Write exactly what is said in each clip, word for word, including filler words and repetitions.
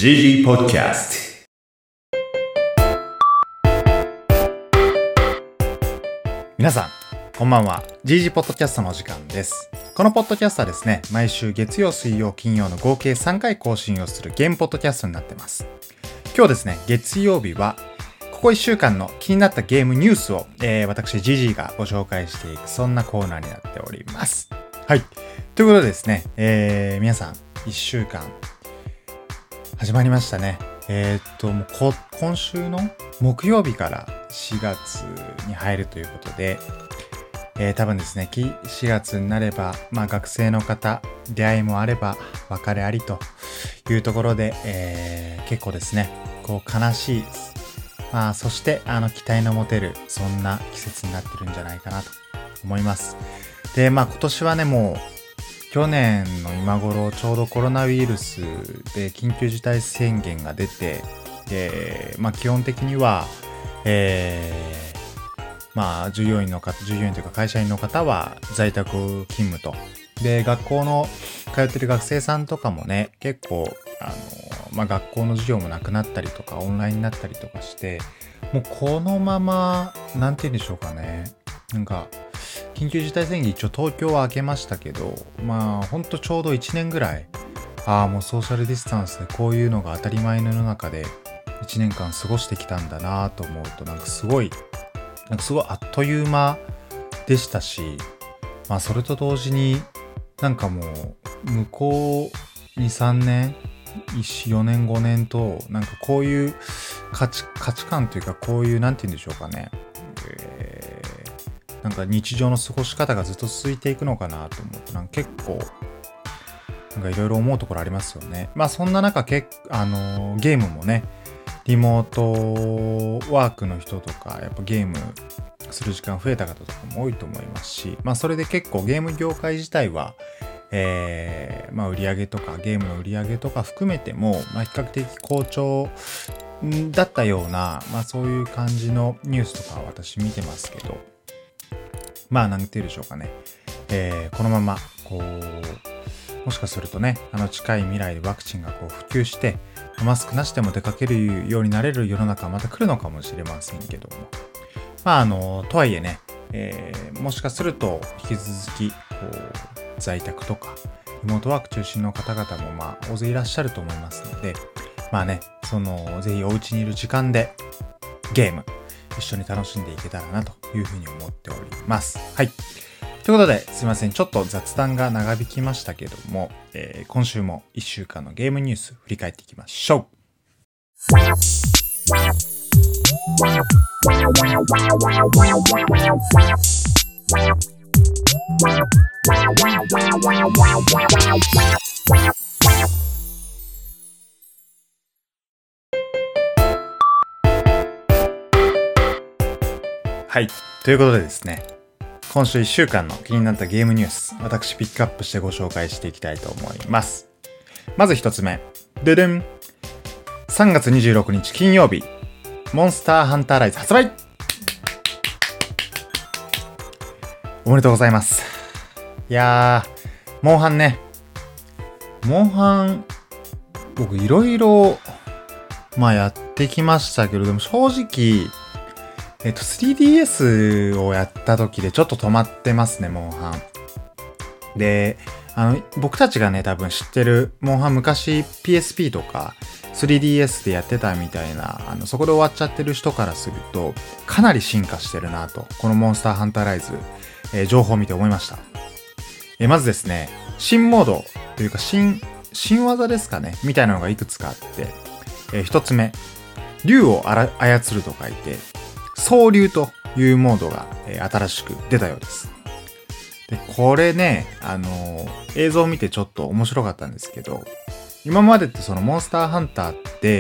ジージー Podcast。皆さんこんばんは。 ジージー ポッドキャストのお時間です。このポッドキャストはですね、毎週月曜水曜金曜の合計さんかい更新をするゲームポッドキャストになってます。今日ですね、月曜日はここいっしゅうかんの気になったゲームニュースを、えー、私 ジージー がご紹介していく、そんなコーナーになっております。はい、ということでですね、えー、皆さんいっしゅうかん始まりましたね。えー、っともうこ今週の木曜日からしがつに入るということで、えー、多分ですねしがつになれば、まあ、学生の方出会いもあれば別れありというところで、えー、結構ですねこう悲しい、まあ、そしてあの期待の持てるそんな季節になってるんじゃないかなと思います。でまあ今年はねもう去年の今頃ちょうどコロナウイルスで緊急事態宣言が出て、でまあ基本的には、えー、まあ従業員の方従業員というか会社員の方は在宅勤務と、で学校の通ってる学生さんとかもね結構あの、まあ、学校の授業もなくなったりとかオンラインになったりとかして、もうこのままなんて言うんでしょうかね、なんか緊急事態宣言一応東京は明けましたけど、まあほんとちょうどいちねんぐらい、ああもうソーシャルディスタンスでこういうのが当たり前の世の中でいちねんかん過ごしてきたんだなと思うと、なんかすごいなんかすごいあっという間でしたし、まあそれと同時になんかもう向こうにさんねんよねんごねんとなんかこういう価値価値観というかこういうなんて言うんでしょうかね、えーなんか日常の過ごし方がずっと続いていくのかなと思うと、なんか結構なんかいろいろ思うところありますよね。まあそんな中けあのー、ゲームもねリモートワークの人とかやっぱゲームする時間増えた方とかも多いと思いますし、まあそれで結構ゲーム業界自体はえー、まあ売上とかゲームの売上とか含めても、まあ、比較的好調だったような、まあそういう感じのニュースとか私見てますけど、まあなんて言うでしょうかね、えー、このままこうもしかするとねあの近い未来でワクチンがこう普及してマスクなしでも出かけるようになれる世の中また来るのかもしれませんけども、まああのとはいえね、えー、もしかすると引き続きこう在宅とかリモートワーク中心の方々もまあ大勢いらっしゃると思いますので、まあねそのぜひお家にいる時間でゲーム一緒に楽しんでいけたらなというふうに思っております。はい。ということですいません。ちょっと雑談が長引きましたけども、えー、今週もいっしゅうかんのゲームニュース振り返っていきましょう。はい。ということでですね、今週いっしゅうかんの気になったゲームニュース、私ピックアップしてご紹介していきたいと思います。まずひとつめ、ドゥドゥンさんがつにじゅうろくにち金曜日、モンスターハンターライズ発売。おめでとうございます。いやー、モンハンね。モンハン、僕いろいろ、まあやってきましたけど、でも正直、えっと スリーディーエス をやった時でちょっと止まってますね、モンハン。で、あの、僕たちがね、多分知ってる、モンハン昔 ピーエスピー とか スリーディーエス でやってたみたいな、あの、そこで終わっちゃってる人からすると、かなり進化してるなと、このモンスターハンターライズ、えー、情報を見て思いました。えー、まずですね、新モードというか、新、新技ですかね、みたいなのがいくつかあって、えー、一つ目、竜をあら操ると書いて、総竜というモードが、えー、新しく出たようです。で、これね、あのー、映像を見てちょっと面白かったんですけど、今までってそのモンスターハンターって、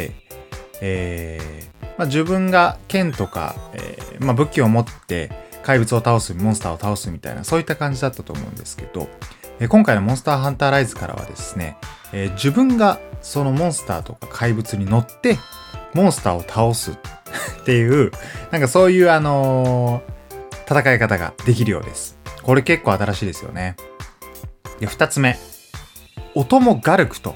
えーまあ、自分が剣とか、えーまあ、武器を持って怪物を倒す、モンスターを倒すみたいな、そういった感じだったと思うんですけど、えー、今回のモンスターハンターライズからはですね、えー、自分がそのモンスターとか怪物に乗ってモンスターを倒すっていうなんかそういうあのー、戦い方ができるようです。これ結構新しいですよね。で、二つ目、オトモガルクと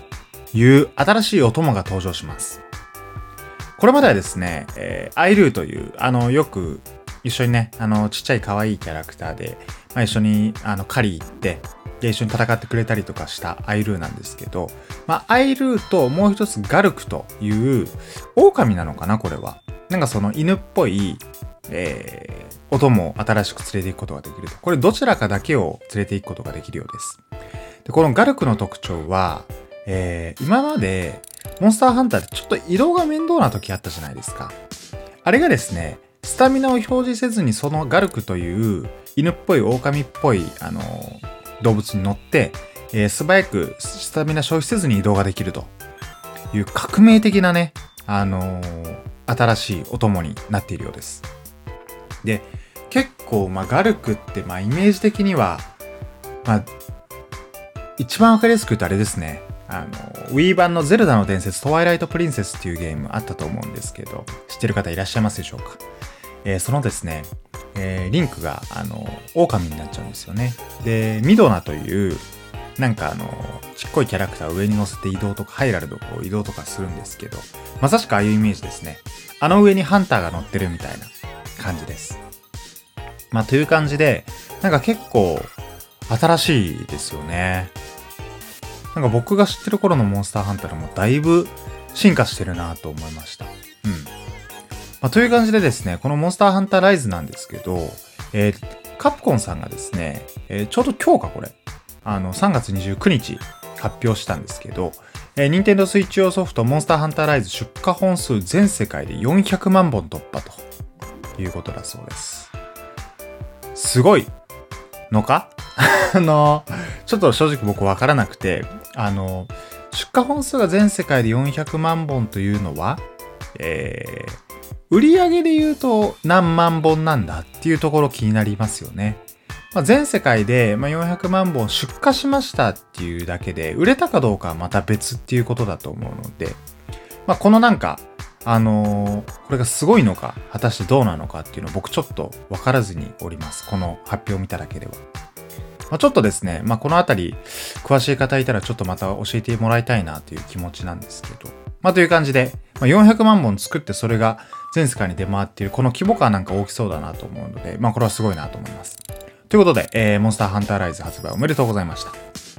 いう新しいお供が登場します。これまではですね、えー、アイルーという、あの、よく一緒にね、あの、ちっちゃい可愛いキャラクターで、まあ、一緒に、あの、狩り行って、で、一緒に戦ってくれたりとかしたアイルーなんですけど、まあ、アイルーともう一つガルクという、狼なのかな、これは。なんかその犬っぽい、えー、お供を新しく連れて行くことができると。これどちらかだけを連れて行くことができるようです。で、このガルクの特徴は、えー、今まで、モンスターハンターってちょっと移動が面倒な時あったじゃないですか。あれがですね、スタミナを表示せずにそのガルクという犬っぽい狼っぽい、あのー、動物に乗って、えー、素早くスタミナ消費せずに移動ができるという革命的なね、あのー、新しいお供になっているようです。で、結構、まあ、ガルクって、まあ、イメージ的には、まあ、一番わかりやすく言うとあれですね。あの、Wii 版のゼルダの伝説トワイライトプリンセスっていうゲームあったと思うんですけど、知ってる方いらっしゃいますでしょうか。えー、そのですね、えー、リンクが、あの、狼になっちゃうんですよね。で、ミドナという、なんかあの、ちっこいキャラクターを上に乗せて移動とか、ハイラルドを移動とかするんですけど、まさしくああいうイメージですね。あの上にハンターが乗ってるみたいな感じです。まあ、という感じで、なんか結構、新しいですよね。なんか僕が知ってる頃のモンスターハンターもだいぶ進化してるなと思いました。うん。まあ、という感じでですね、このモンスターハンターライズなんですけど、えー、カプコンさんがですね、えー、ちょうど今日かこれ、あの、さんがつにじゅうくにち発表したんですけど、えー、ニンテンドースイッチ用ソフトモンスターハンターライズ出荷本数全世界でよんひゃくまんぼん突破ということだそうです。すごいのかあの、ちょっと正直僕わからなくて、あの、出荷本数が全世界でよんひゃくまんぼんというのは、えー、売り上げで言うと何万本なんだっていうところ気になりますよね。まあ、全世界でよんひゃくまんぼん出荷しましたっていうだけで、売れたかどうかはまた別っていうことだと思うので、まあ、このなんか、あのー、これがすごいのか、果たしてどうなのかっていうのを僕ちょっとわからずにおります。この発表を見ただけでは。まあ、ちょっとですね、まあ、このあたり、詳しい方いたらちょっとまた教えてもらいたいなという気持ちなんですけど。まあ、という感じで、まあ、よんひゃくまんぼん作ってそれが全世界に出回っている、この規模感なんか大きそうだなと思うので、まあ、これはすごいなと思います。ということで、えー、モンスターハンターライズ発売おめでとうございました。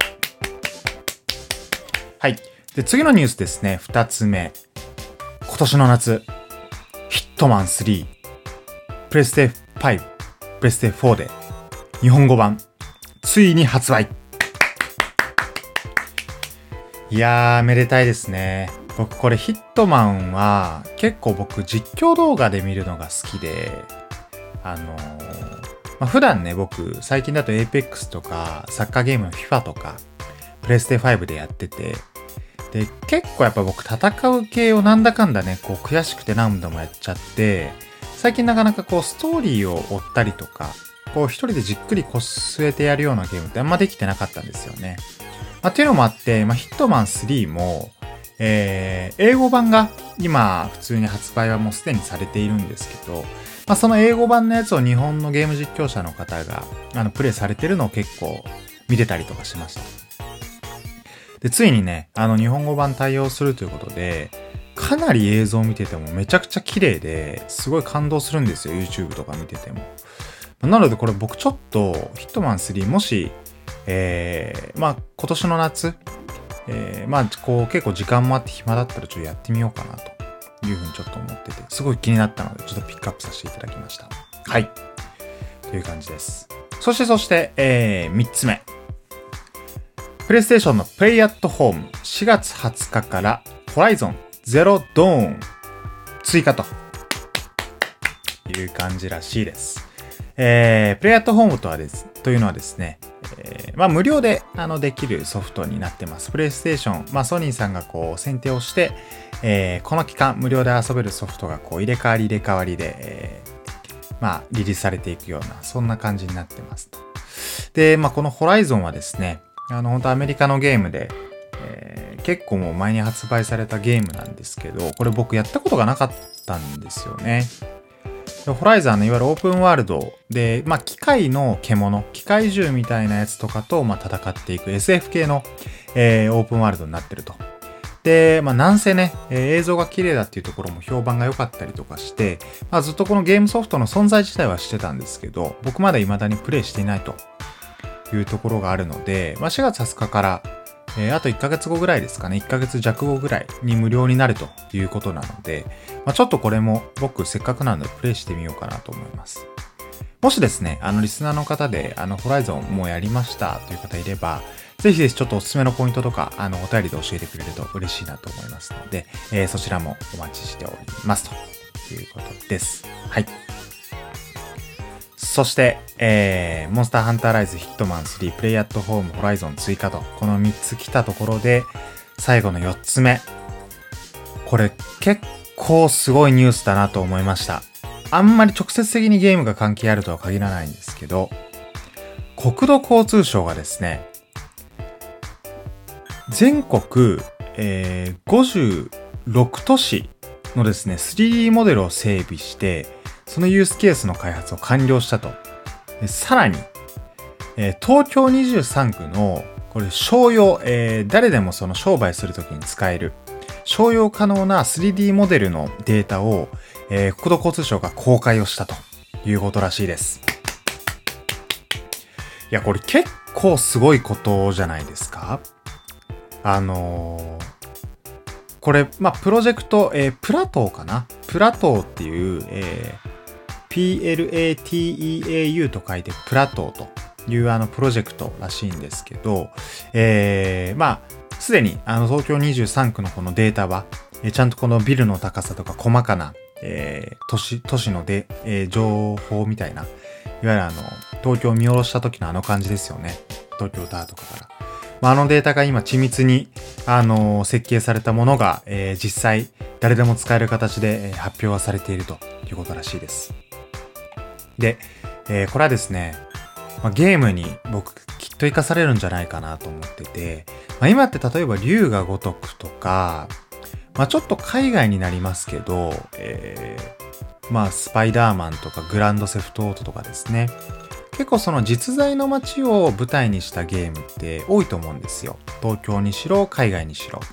はい。で、次のニュースですね、二つ目。今年の夏、ヒットマンスリー、プレステファイブ、プレステフォーで、日本語版、ついに発売。いやー、めでたいですね。僕これヒットマンは結構僕実況動画で見るのが好きで、あのー、まあ、普段ね、僕最近だと エーペックス とかサッカーゲームの フィファ とかプレステファイブでやってて、で、結構やっぱ僕戦う系をなんだかんだね、こう悔しくて何度もやっちゃって、最近なかなかこうストーリーを追ったりとか、こう一人でじっくりこすえてやるようなゲームってあんまできてなかったんですよね。まあ、っていうのもあって、まあ、ヒットマンスリーも、えー、英語版が今普通に発売はもうすでにされているんですけど、まあ、その英語版のやつを日本のゲーム実況者の方があのプレイされてるのを結構見てたりとかしました。で、ついにね、あの日本語版対応するということで、かなり映像を見ててもめちゃくちゃ綺麗ですごい感動するんですよ、YouTube とか見てても。なのでこれ僕ちょっとヒットマンスリーもし、えー、まあ今年の夏、えー、まあこう結構時間もあって暇だったらちょっとやってみようかなというふうにちょっと思ってて、すごい気になったのでちょっとピックアップさせていただきました。はい。という感じです。そしてそして、えー、みっつめ。プレイステーションのプレイアットホームしがつはつかからホライゾンゼロドーン追加という感じらしいです。えー、プレイアットホームとはです、というのはですね、えー、まあ無料であのできるソフトになってます。プレイステーション、まあソニーさんがこう選定をして、えー、この期間無料で遊べるソフトがこう入れ替わり入れ替わりで、えー、まあリリースされていくような、そんな感じになってますと。で、まあこのホライゾンはですね、あの本当アメリカのゲームで、えー、結構もう前に発売されたゲームなんですけど、これ僕やったことがなかったんですよね。ホライゾンのいわゆるオープンワールドで、まあ、機械の獣、機械獣みたいなやつとかと、まあ、戦っていく エスエフ 系の、えー、オープンワールドになってると。 で、まあ、なんせね、えー映像が綺麗だっていうところも評判が良かったりとかして、まあ、ずっとこのゲームソフトの存在自体はしてたんですけど、僕まだ未だにプレイしていないというところがあるので、まあ、しがつはつかから、えーあといっかげつごぐらいですかね、いっかげつじゃくごぐらいに無料になるということなので、まあ、ちょっとこれも僕せっかくなのでプレイしてみようかなと思います。もしですね、あのリスナーの方で、あのホライゾンもうやりましたという方いれば、ぜひぜひちょっとおすすめのポイントとか、あのお便りで教えてくれると嬉しいなと思いますので、えーそちらもお待ちしておりますということです。はい。そして、えー、モンスターハンターライズヒットマンスリープレイアットホームホライゾン追加と、このみっつ来たところで、最後のよっつめ。これ結構すごいニュースだなと思いました。あんまり直接的にゲームが関係あるとは限らないんですけど、国土交通省がですね、全国、えー、ごじゅうろくとしのですね、スリーディー モデルを整備して、そのユースケースの開発を完了したと。でさらに、えー東京にじゅうさんくの、これ商用、えー誰でもその商売するときに使える、商用可能な スリーディー モデルのデータを、えー国土交通省が公開をしたということらしいです。いや、これ結構すごいことじゃないですか。あのーこれ、まあ、プロジェクト、えープラトーかなプラトーっていう、えー ピーエルエーティーイーエーユー と書いてプラトーというあのプロジェクトらしいんですけど、えー、まあ、すでにあの東京にじゅうさんくのこのデータは、えーちゃんとこのビルの高さとか細かな、えー都市、都市ので、えー情報みたいな、いわゆるあの、東京を見下ろした時のあの感じですよね。東京タワーとかから。まあ、あのデータが今緻密に、あのー設計されたものが、えー実際誰でも使える形で、えー発表はされているということらしいです。で、えーこれはですね、まあ、ゲームに僕きっと活かされるんじゃないかなと思ってて、まあ、今って例えば竜が如くとか、まあ、ちょっと海外になりますけど、えーまあスパイダーマンとかグランドセフトオートとかですね、結構その実在の街を舞台にしたゲームって多いと思うんですよ。東京にしろ、海外にしろ。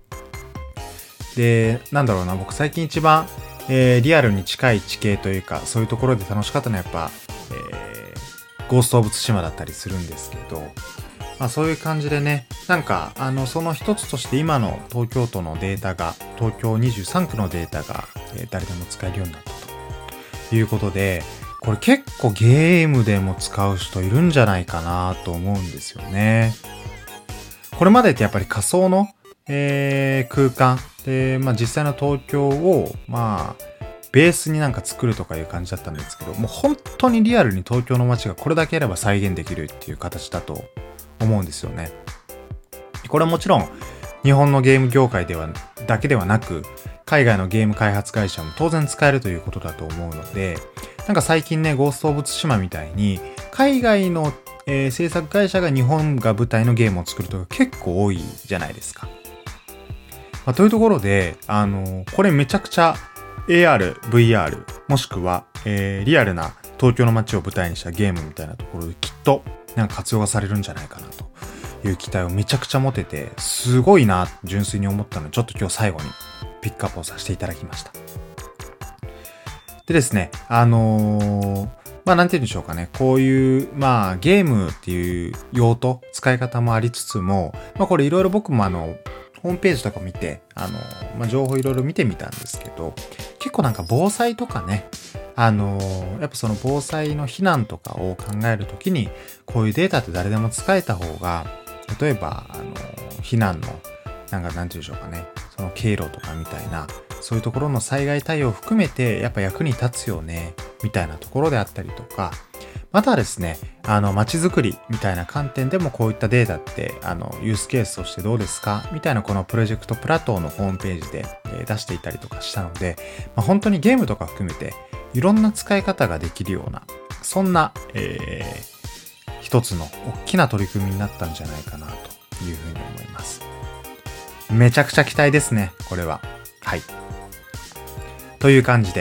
で、なんだろうな、僕最近一番、えーリアルに近い地形というか、そういうところで楽しかったのはやっぱ、えーゴースト・オブ・ツシマだったりするんですけど、まあそういう感じでね、なんか、あの、その一つとして今の東京都のデータが、東京にじゅうさんくのデータが、えー誰でも使えるようになったということで、これ結構ゲームでも使う人いるんじゃないかなと思うんですよね。これまでってやっぱり仮想の、えー空間で、まあ実際の東京を、まあ、ベースになんか作るとかいう感じだったんですけど、もう本当にリアルに東京の街がこれだけあれば再現できるっていう形だと思うんですよね。これはもちろん日本のゲーム業界ではだけではなく、海外のゲーム開発会社も当然使えるということだと思うので、なんか最近ね、ゴースト・オブ・ツシマみたいに海外の、えー制作会社が日本が舞台のゲームを作るとか結構多いじゃないですか。まあ、というところで、あのーこれめちゃくちゃ エーアール、ブイアール、もしくは、えーリアルな東京の街を舞台にしたゲームみたいなところできっとなんか活用がされるんじゃないかなという期待をめちゃくちゃ持てて、すごいな、純粋に思ったので、ちょっと今日最後にピックアップをさせていただきました。でですね、あのーまあなんて言うんでしょうかね、こういう、まあゲームっていう用途、使い方もありつつも、まあこれいろいろ僕もあの、ホームページとか見て、あの、まあ情報いろいろ見てみたんですけど、結構なんか防災とかね、あのーやっぱその防災の避難とかを考えるときに、こういうデータって誰でも使えた方が、例えば、あのー避難の、なんかなんて言うんでしょうかね、その経路とかみたいな、そういうところの災害対応を含めて、やっぱ役に立つよね、みたいなところであったりとか、またはですね、あの、街づくりみたいな観点でもこういったデータって、あの、ユースケースとしてどうですかみたいなこのプロジェクトプラトーのホームページで、えー出していたりとかしたので、まあ、本当にゲームとか含めて、いろんな使い方ができるような、そんな、えー、一つの大きな取り組みになったんじゃないかなというふうに思います。めちゃくちゃ期待ですね、これは。はい。という感じで、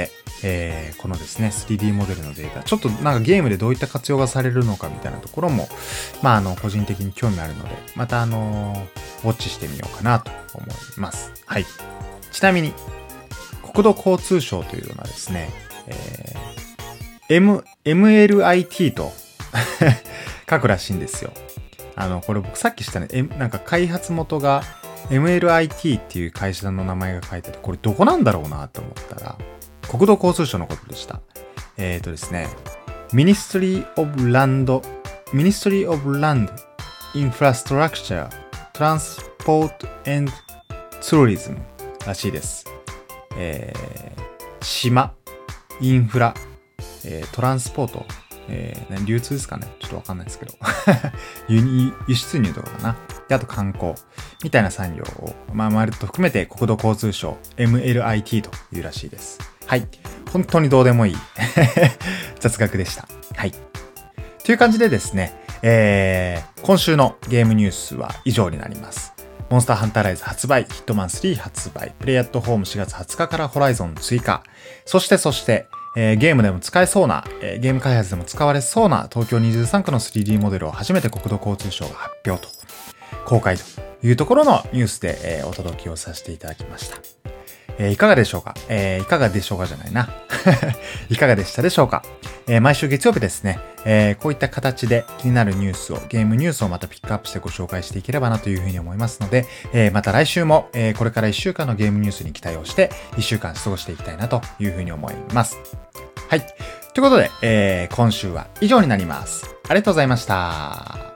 えー、このですね、スリーディー モデルのデータ、ちょっとなんかゲームでどういった活用がされるのかみたいなところも、まあ、あの、個人的に興味あるので、またあのー、ウォッチしてみようかなと思います。はい。ちなみに、国土交通省というようなですね、えー、M、エムエルアイティー と書くらしいんですよ。あの、これ僕さっきしたね、えなんか開発元が エムエルアイティー っていう会社の名前が書いてあって、これどこなんだろうなと思ったら、国土交通省のことでした。えっとですね、Ministry of Land, Ministry of Land, Infrastructure, Transport and Tourism らしいです。えー、島、インフラ、えー、トランスポート、えー、流通ですかね、ちょっとわかんないですけど輸入、輸出入とかかな。で、あと観光みたいな産業を、まあ、まるっと含めて国土交通省 エムエルアイティー というらしいです。はい。本当にどうでもいい雑学でした。はい。という感じでですね、えー、今週のゲームニュースは以上になります。モンスターハンターライズ発売、ヒットマンスリー発売、プレイアットホームしがつはつかからホライゾン追加、そしてそして、えー、ゲームでも使えそうな、えー、ゲーム開発でも使われそうな東京にじゅうさんくの スリーディー モデルを初めて国土交通省が発表と、公開というところのニュースで、えー、お届けをさせていただきました。えー、いかがでしょうか、えー、いかがでしょうかじゃないな。いかがでしたでしょうか、えー、毎週月曜日ですね、えー、こういった形で気になるニュースを、ゲームニュースをまたピックアップしてご紹介していければなというふうに思いますので、えー、また来週も、えー、これからいっしゅうかんのゲームニュースに期待をして、いっしゅうかん過ごしていきたいなというふうに思います。はい。ということで、えー、今週は以上になります。ありがとうございました。